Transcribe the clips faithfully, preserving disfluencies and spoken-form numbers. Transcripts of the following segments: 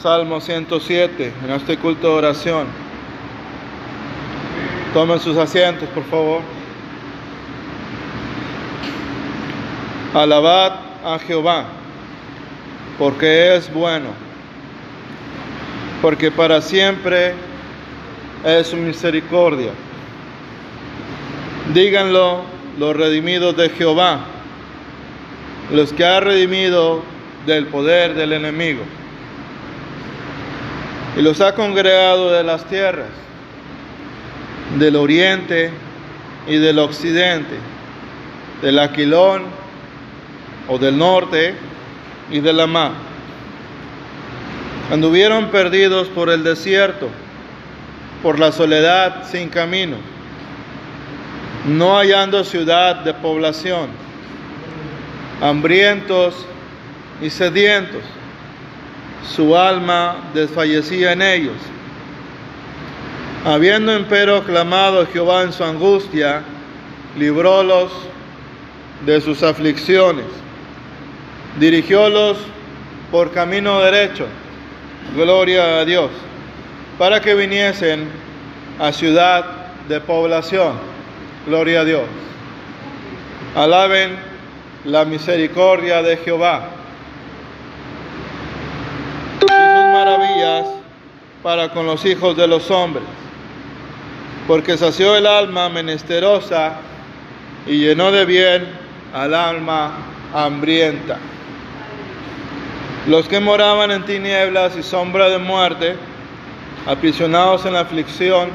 Salmo ciento siete, en este culto de oración. Tomen sus asientos, por favor. Alabad a Jehová, porque es bueno, porque para siempre es su misericordia. Díganlo los redimidos de Jehová, los que ha redimido del poder del enemigo, y los ha congregado de las tierras, del oriente y del occidente, del Aquilón o del norte y de la mar. Anduvieron perdidos por el desierto, por la soledad sin camino, no hallando ciudad de población, hambrientos y sedientos. Su alma desfallecía en ellos. Habiendo empero clamado a Jehová en su angustia, librólos de sus aflicciones, dirigiólos por camino derecho, gloria a Dios, para que viniesen a ciudad de población, gloria a Dios. Alaben la misericordia de Jehová y sus maravillas para con los hijos de los hombres, porque sació el alma menesterosa y llenó de bien al alma hambrienta. Los que moraban en tinieblas y sombra de muerte, aprisionados en la aflicción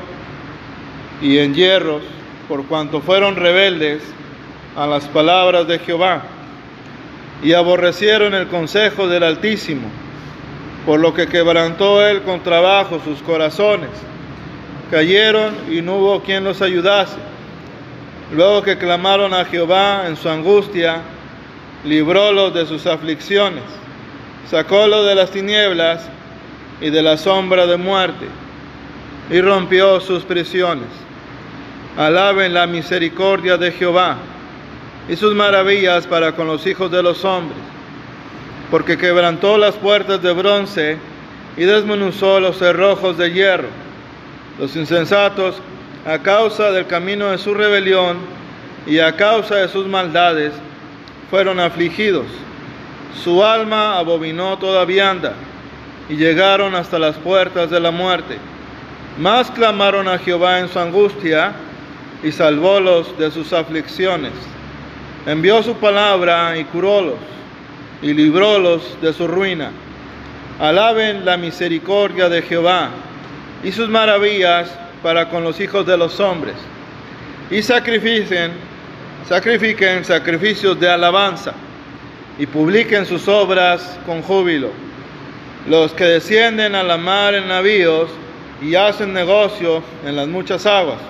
y en hierros, por cuanto fueron rebeldes a las palabras de Jehová, y aborrecieron el consejo del Altísimo, por lo que quebrantó él con trabajo sus corazones. Cayeron y no hubo quien los ayudase. Luego que clamaron a Jehová en su angustia, librólos de sus aflicciones, sacólos de las tinieblas y de la sombra de muerte, y rompió sus prisiones. Alaben la misericordia de Jehová y sus maravillas para con los hijos de los hombres, porque quebrantó las puertas de bronce y desmenuzó los cerrojos de hierro. Los insensatos, a causa del camino de su rebelión y a causa de sus maldades, fueron afligidos. Su alma abominó toda vianda, y llegaron hasta las puertas de la muerte. Mas clamaron a Jehová en su angustia, y salvólos de sus aflicciones. Envió su palabra y curólos, y librólos de su ruina. Alaben la misericordia de Jehová y sus maravillas para con los hijos de los hombres, y sacrifiquen, sacrifiquen sacrificios de alabanza, y publiquen sus obras con júbilo. Los que descienden a la mar en navíos y hacen negocio en las muchas aguas.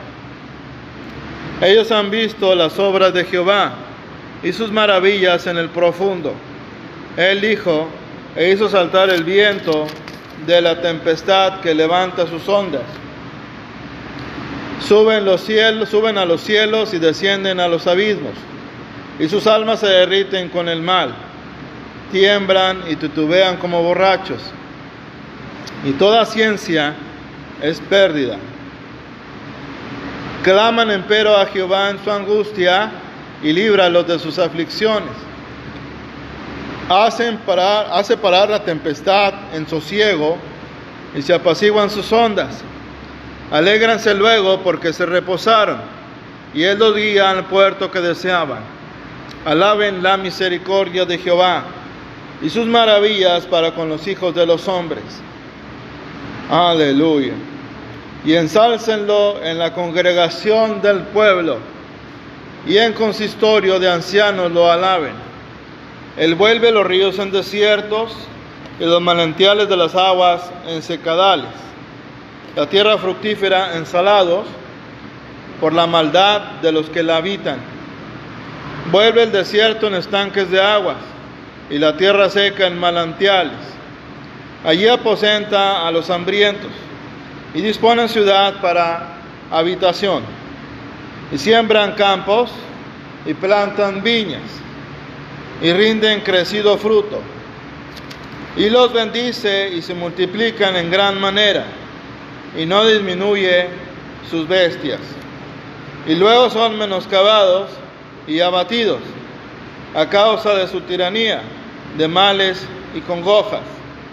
Ellos han visto las obras de Jehová y sus maravillas en el profundo. Él dijo e hizo saltar el viento de la tempestad que levanta sus ondas. Suben los cielos, suben a los cielos y descienden a los abismos, y sus almas se derriten con el mal. Tiemblan y titubean como borrachos, y toda ciencia es pérdida. Claman empero a Jehová en su angustia, y líbralos de sus aflicciones. Hacen parar, hace parar la tempestad en sosiego, y se apaciguan sus ondas. Alégranse luego porque se reposaron, y él los guía al puerto que deseaban. Alaben la misericordia de Jehová y sus maravillas para con los hijos de los hombres. Aleluya. Y ensálcenlo en la congregación del pueblo, y en consistorio de ancianos lo alaben. Él vuelve los ríos en desiertos y los manantiales de las aguas en secadales, la tierra fructífera en salados por la maldad de los que la habitan. Vuelve el desierto en estanques de aguas y la tierra seca en manantiales. Allí aposenta a los hambrientos y disponen ciudad para habitación, y siembran campos y plantan viñas y rinden crecido fruto. y los bendice y se multiplican en gran manera, y no disminuye sus bestias. Y luego son menoscabados y abatidos a causa de su tiranía, de males y congojas.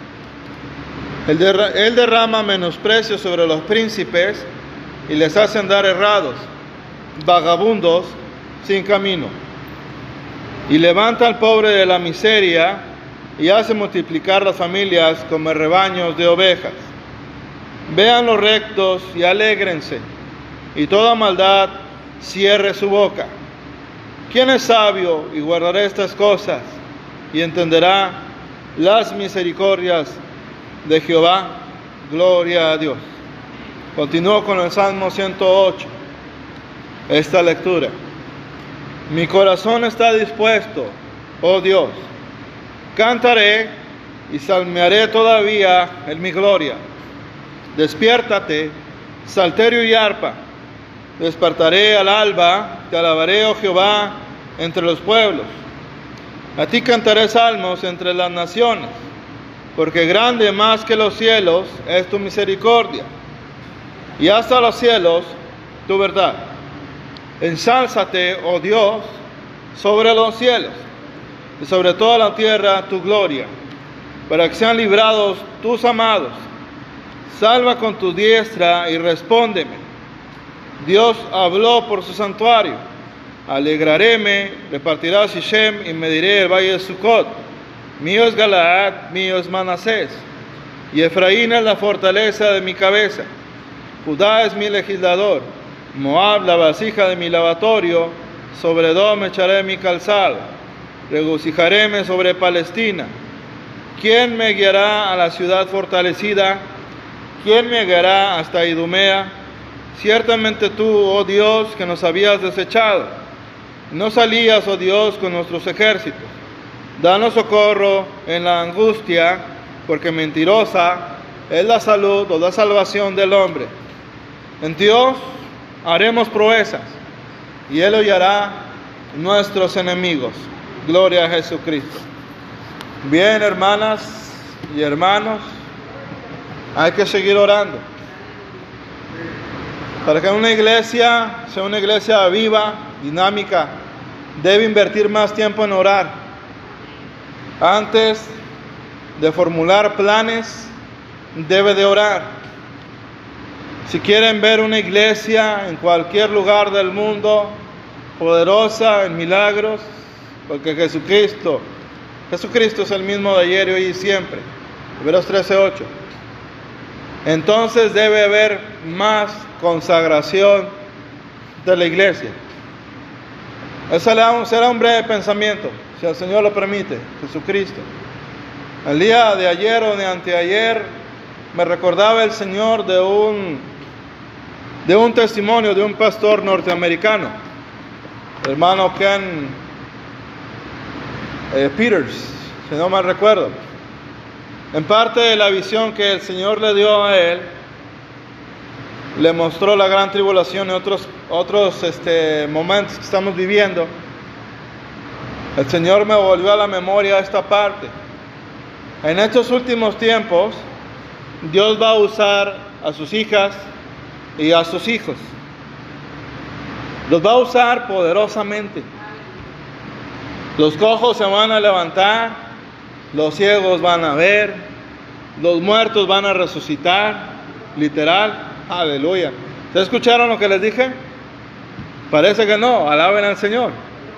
Él, derra- él derrama menosprecio sobre los príncipes y les hace andar errados, vagabundos sin camino. Y levanta al pobre de la miseria y hace multiplicar las familias como rebaños de ovejas. Vean los rectos y alégrense, y toda maldad cierre su boca. ¿Quién es sabio y guardará estas cosas y entenderá las misericordias de Jehová? Gloria a Dios. Continúo con el Salmo ciento ocho, esta lectura. Mi corazón está dispuesto, oh Dios. Cantaré y salmearé todavía en mi gloria. Despiértate, salterio y arpa. Despertaré al alba, te alabaré, oh Jehová, entre los pueblos. A ti cantaré salmos entre las naciones, porque grande más que los cielos es tu misericordia, y hasta los cielos tu verdad. Ensálzate, oh Dios, sobre los cielos, y sobre toda la tierra tu gloria, para que sean librados tus amados. Salva con tu diestra y respóndeme. Dios habló por su santuario. Alegraréme, repartirá Sichem y mediré el valle de Sucot. Mío es Galaad, mío es Manasés, y Efraín es la fortaleza de mi cabeza. Judá es mi legislador, Moab la vasija de mi lavatorio. Sobre Edom echaré mi calzado, regocijaréme sobre Palestina. ¿Quién me guiará a la ciudad fortalecida? ¿Quién me guiará hasta Idumea? Ciertamente tú, oh Dios, que nos habías desechado, no salías, oh Dios, con nuestros ejércitos. Danos socorro en la angustia, porque mentirosa es la salud o la salvación del hombre. En Dios haremos proezas, y Él hollará nuestros enemigos. Gloria a Jesucristo. Bien, hermanas y hermanos, hay que seguir orando. Para que una iglesia sea una iglesia viva, dinámica, debe invertir más tiempo en orar. Antes de formular planes, debe de orar. Si quieren ver una iglesia en cualquier lugar del mundo, poderosa en milagros, porque Jesucristo, Jesucristo es el mismo de ayer y hoy y siempre. Hebreos trece ocho. Entonces debe haber más consagración de la iglesia. Ese será un breve pensamiento, si el Señor lo permite, Jesucristo. El día de ayer o de anteayer me recordaba el Señor de un, de un testimonio de un pastor norteamericano, el hermano Ken eh, Peters, si no mal recuerdo. En parte de la visión que el Señor le dio a él, le mostró la gran tribulación y otros, otros este, momentos que estamos viviendo. El Señor me volvió a la memoria esta parte. En estos últimos tiempos, Dios va a usar a sus hijas y a sus hijos. Los va a usar poderosamente. Los cojos se van a levantar, los ciegos van a ver, los muertos van a resucitar, literal. Aleluya. ¿Se escucharon lo que les dije? Parece que no. Alaben al Señor.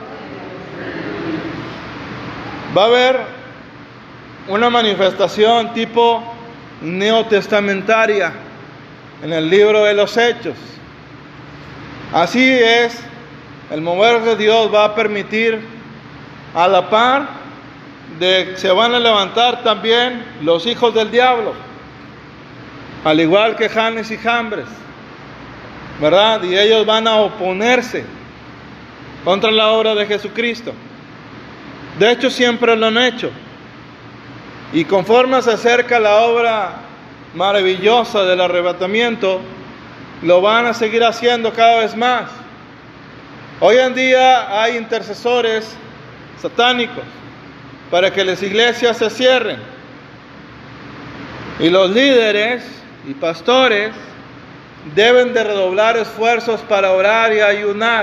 Va a haber una manifestación tipo neotestamentaria en el libro de los Hechos. Así es, el mover de Dios va a permitir, a la par de que se van a levantar también los hijos del diablo, al igual que Janes y Jambres, ¿verdad? Y ellos van a oponerse contra la obra de Jesucristo. De hecho, siempre lo han hecho. Y conforme se acerca la obra maravillosa del arrebatamiento, lo van a seguir haciendo cada vez más. Hoy en día hay intercesores satánicos para que las iglesias se cierren, Y los líderes y pastores deben de redoblar esfuerzos para orar y ayunar.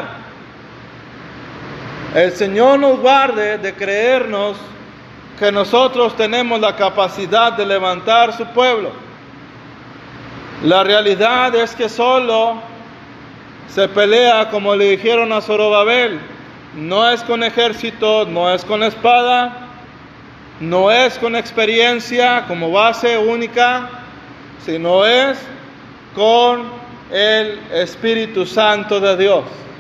El Señor nos guarde de creernos que nosotros tenemos la capacidad de levantar su pueblo. La realidad es que solo se pelea, como le dijeron a Zorobabel, no es con ejército, no es con espada, no es con experiencia como base única, sino es con el Espíritu Santo de Dios.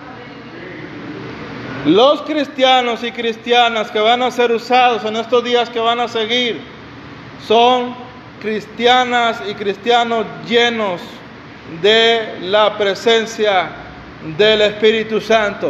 Los cristianos y cristianas que van a ser usados en estos días que van a seguir son cristianas y cristianos llenos de la presencia del Espíritu Santo.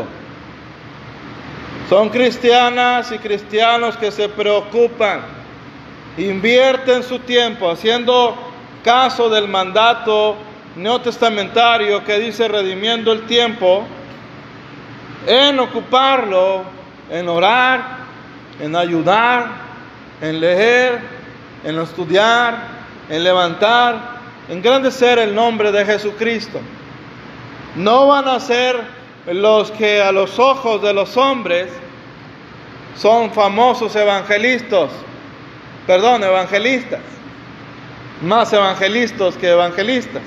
Son cristianas y cristianos que se preocupan, invierten su tiempo haciendo caso del mandato neotestamentario que dice redimiendo el tiempo, en ocuparlo, en orar, en ayudar, en leer, en estudiar, en levantar, engrandecer el nombre de Jesucristo. No van a ser los que a los ojos de los hombres son famosos evangelistas, perdón, evangelistas, más evangelistas que evangelistas.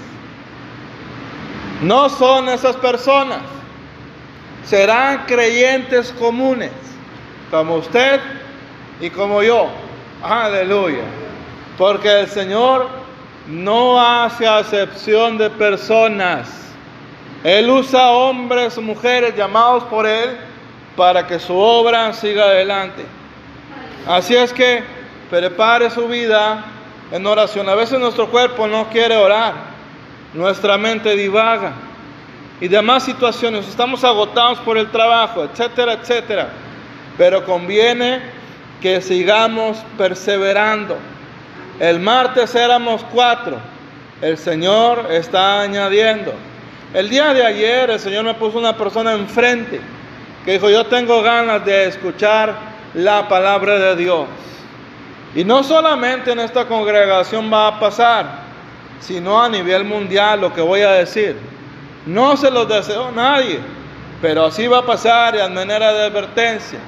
No son esas personas. Serán creyentes comunes, como usted y como yo. Aleluya. Porque el Señor no hace acepción de personas. Él usa hombres o mujeres llamados por Él para que su obra siga adelante. Así es que prepare su vida en oración. A veces nuestro cuerpo no quiere orar, nuestra mente divaga y demás situaciones, estamos agotados por el trabajo, etcétera, etcétera. Pero conviene que sigamos perseverando. El martes éramos cuatro, el Señor está añadiendo. El día de ayer el Señor me puso una persona enfrente que dijo, yo tengo ganas de escuchar la palabra de Dios. Y no solamente en esta congregación va a pasar, sino a nivel mundial lo que voy a decir. No se los deseo a nadie, pero así va a pasar y a manera de advertencia.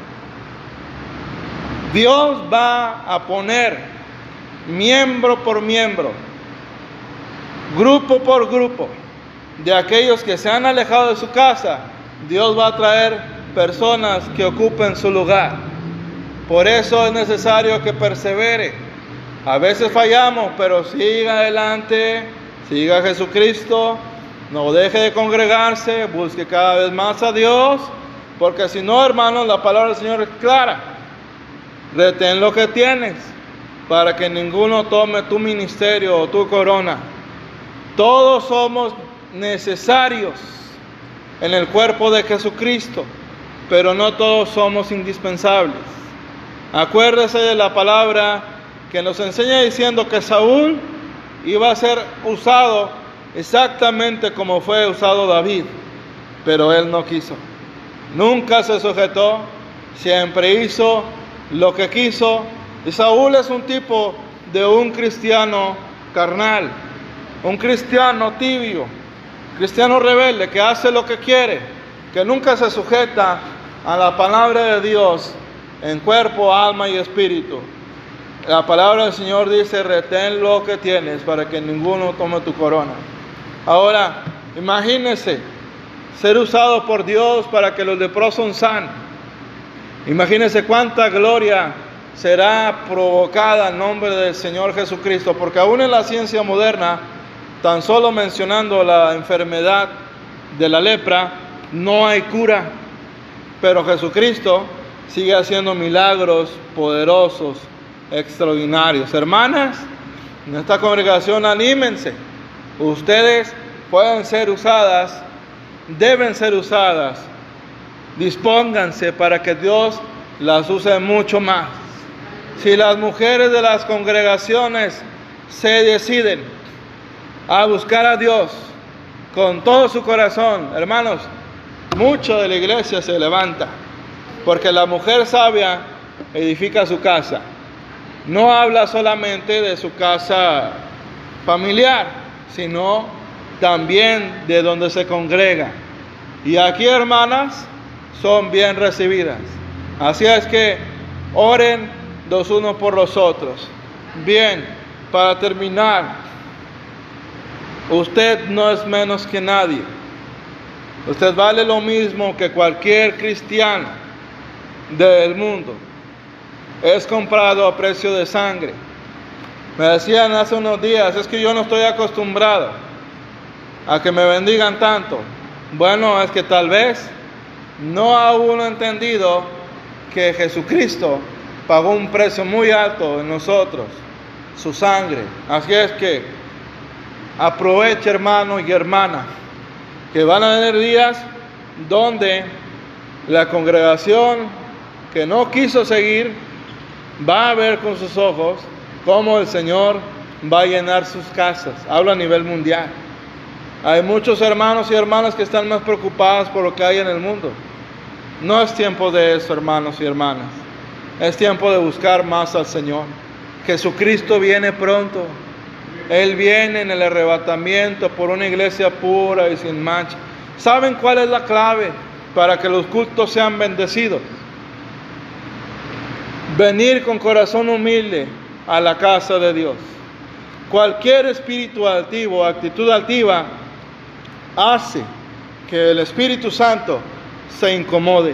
Dios va a poner miembro por miembro, grupo por grupo, de aquellos que se han alejado de su casa. Dios va a traer personas que ocupen su lugar. Por eso es necesario que persevere. A veces fallamos, pero siga adelante, siga a Jesucristo. No deje de congregarse, busque cada vez más a Dios, porque si no, hermanos, la palabra del Señor es clara. Retén lo que tienes, para que ninguno tome tu ministerio o tu corona. Todos somos necesarios en el cuerpo de Jesucristo, pero no todos somos indispensables. Acuérdese de la palabra que nos enseña diciendo que Saúl iba a ser usado exactamente como fue usado David, pero él no quiso. Nunca se sujetó, siempre hizo lo que quiso. Y Saúl es un tipo de un cristiano carnal, un cristiano tibio, cristiano rebelde que hace lo que quiere, que nunca se sujeta a la palabra de Dios en cuerpo, alma y espíritu. La palabra del Señor dice, retén lo que tienes para que ninguno tome tu corona. Ahora, imagínese ser usado por Dios para que los leprosos sanen. Imagínese cuánta gloria será provocada en nombre del Señor Jesucristo, porque aún en la ciencia moderna, tan solo mencionando la enfermedad de la lepra, no hay cura, pero Jesucristo sigue haciendo milagros poderosos, extraordinarios. Hermanas, en esta congregación anímense. Ustedes pueden ser usadas, deben ser usadas. Dispónganse para que Dios las use mucho más. Si las mujeres de las congregaciones se deciden a buscar a Dios con todo su corazón, hermanos, mucho de la iglesia se levanta, porque la mujer sabia edifica su casa no habla solamente de su casa familiar, sino también de donde se congrega. Y aquí, hermanas, son bien recibidas. Así es que oren los unos por los otros. Bien, para terminar, usted no es menos que nadie. Usted vale lo mismo que cualquier cristiano del mundo. Es comprado a precio de sangre. Me decían hace unos días, es que yo no estoy acostumbrado a que me bendigan tanto. Bueno, es que tal vez no ha uno entendido que Jesucristo pagó un precio muy alto en nosotros, su sangre. Así es que aproveche, hermano y hermana, que van a venir días donde la congregación que no quiso seguir va a ver con sus ojos cómo el Señor va a llenar sus casas. Hablo a nivel mundial. Hay muchos hermanos y hermanas que están más preocupados por lo que hay en el mundo. No es tiempo de eso, hermanos y hermanas. Es tiempo de buscar más al Señor. Jesucristo viene pronto. Él viene en el arrebatamiento por una iglesia pura y sin mancha. ¿Saben cuál es la clave para que los cultos sean bendecidos? Venir con corazón humilde a la casa de Dios. Cualquier espíritu altivo, actitud altiva, hace que el Espíritu Santo se incomode.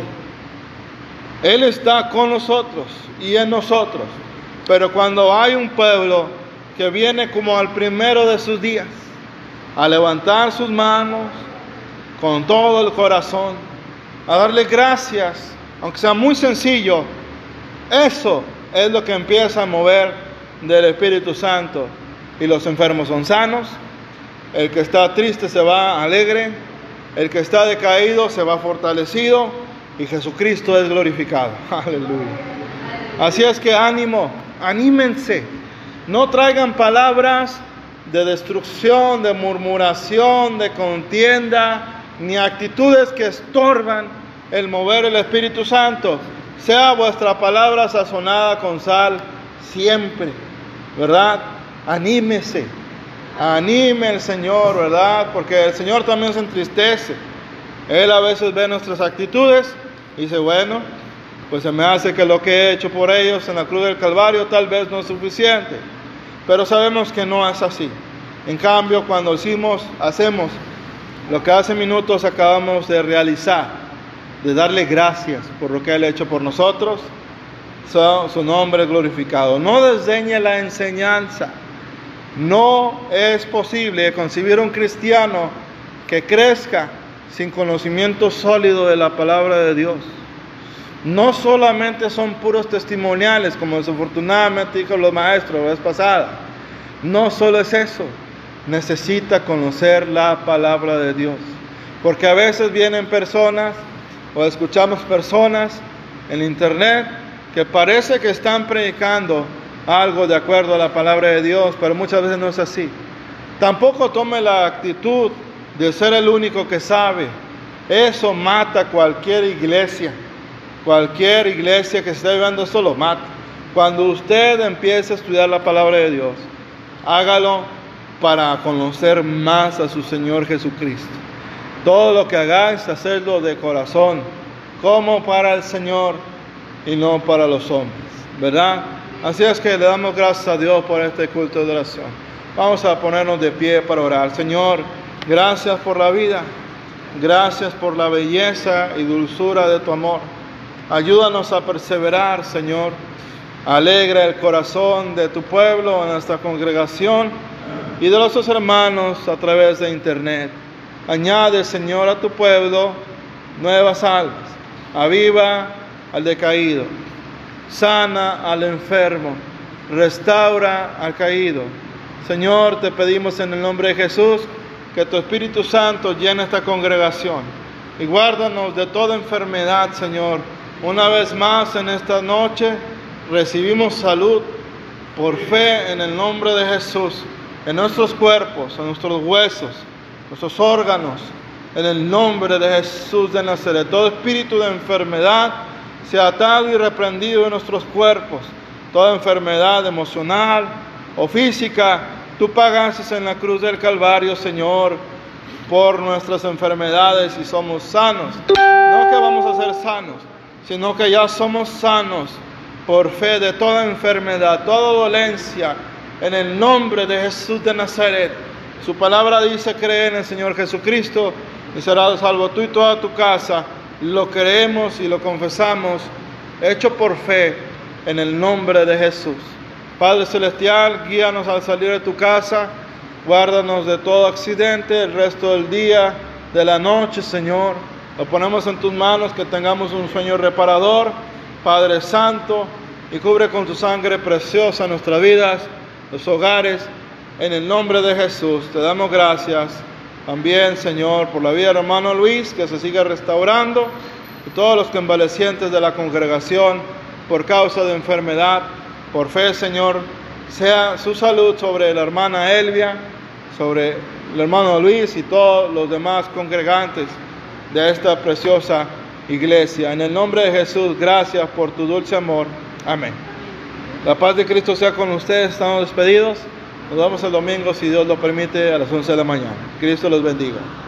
Él está con nosotros y en nosotros, pero cuando hay un pueblo que viene como al primero de sus días, a levantar sus manos con todo el corazón, a darle gracias, aunque sea muy sencillo, eso es lo que empieza a mover del Espíritu Santo. Y los enfermos son sanos, el que está triste se va alegre, el que está decaído se va fortalecido, y Jesucristo es glorificado. Aleluya. Así es que ánimo, anímense. No traigan palabras de destrucción, de murmuración, de contienda, ni actitudes que estorban el mover el Espíritu Santo. Sea vuestra palabra sazonada con sal siempre, ¿verdad? Anímese, anime al Señor, ¿verdad? Porque el Señor también se entristece. Él a veces ve nuestras actitudes y dice, bueno, pues se me hace que lo que he hecho por ellos en la cruz del Calvario tal vez no es suficiente. Pero sabemos que no es así. En cambio, cuando hicimos, hacemos lo que hace minutos acabamos de realizar, de darle gracias por lo que Él ha hecho por nosotros, su, su nombre es glorificado. No desdeñe la enseñanza. No es posible concebir un cristiano que crezca sin conocimiento sólido de la palabra de Dios. No solamente son puros testimoniales, como desafortunadamente dijo los maestros la vez pasada. No solo es eso, necesita conocer la palabra de Dios. Porque a veces vienen personas, o escuchamos personas en internet, que parece que están predicando algo de acuerdo a la palabra de Dios, pero muchas veces no es así. Tampoco tome la actitud de ser el único que sabe. Eso mata cualquier iglesia. Cualquier iglesia que se esté viviendo eso lo mata. Cuando usted empiece a estudiar la palabra de Dios, hágalo para conocer más a su Señor Jesucristo. Todo lo que hagáis, hacerlo de corazón, como para el Señor y no para los hombres, ¿verdad? Así es que le damos gracias a Dios por este culto de oración. Vamos a ponernos de pie para orar. Señor, gracias por la vida. Gracias por la belleza y dulzura de tu amor. Ayúdanos a perseverar, Señor. Alegra el corazón de tu pueblo, de nuestra congregación y de nuestros hermanos a través de internet. Añade, Señor, a tu pueblo nuevas almas. Aviva al decaído. Sana al enfermo. Restaura al caído. Señor, te pedimos en el nombre de Jesús que tu Espíritu Santo llene esta congregación y guárdanos de toda enfermedad, Señor. Una vez más en esta noche recibimos salud por fe en el nombre de Jesús, en nuestros cuerpos, en nuestros huesos, nuestros órganos, en el nombre de Jesús de Nazaret. Todo espíritu de enfermedad sea atado y reprendido en nuestros cuerpos. toda enfermedad emocional o física. Tú pagaste en la cruz del Calvario, Señor, por nuestras enfermedades y somos sanos. No que vamos a ser sanos, sino que ya somos sanos por fe de toda enfermedad, toda dolencia, en el nombre de Jesús de Nazaret. Su palabra dice: cree en el Señor Jesucristo y serás salvo tú y toda tu casa. Lo creemos y lo confesamos, hecho por fe, en el nombre de Jesús. Padre Celestial, guíanos al salir de tu casa, guárdanos de todo accidente el resto del día, de la noche, Señor. Lo ponemos en tus manos, que tengamos un sueño reparador, Padre Santo, y cubre con tu sangre preciosa nuestras vidas, los hogares, en el nombre de Jesús. Te damos gracias también, Señor, por la vida del hermano Luis, que se siga restaurando, y todos los convalecientes de la congregación por causa de enfermedad. Por fe, Señor, sea su salud sobre la hermana Elvia, sobre el hermano Luis y todos los demás congregantes de esta preciosa iglesia. En el nombre de Jesús, gracias por tu dulce amor. Amén. La paz de Cristo sea con ustedes. Estamos despedidos. Nos vemos el domingo, si Dios lo permite, a las once de la mañana. Cristo los bendiga.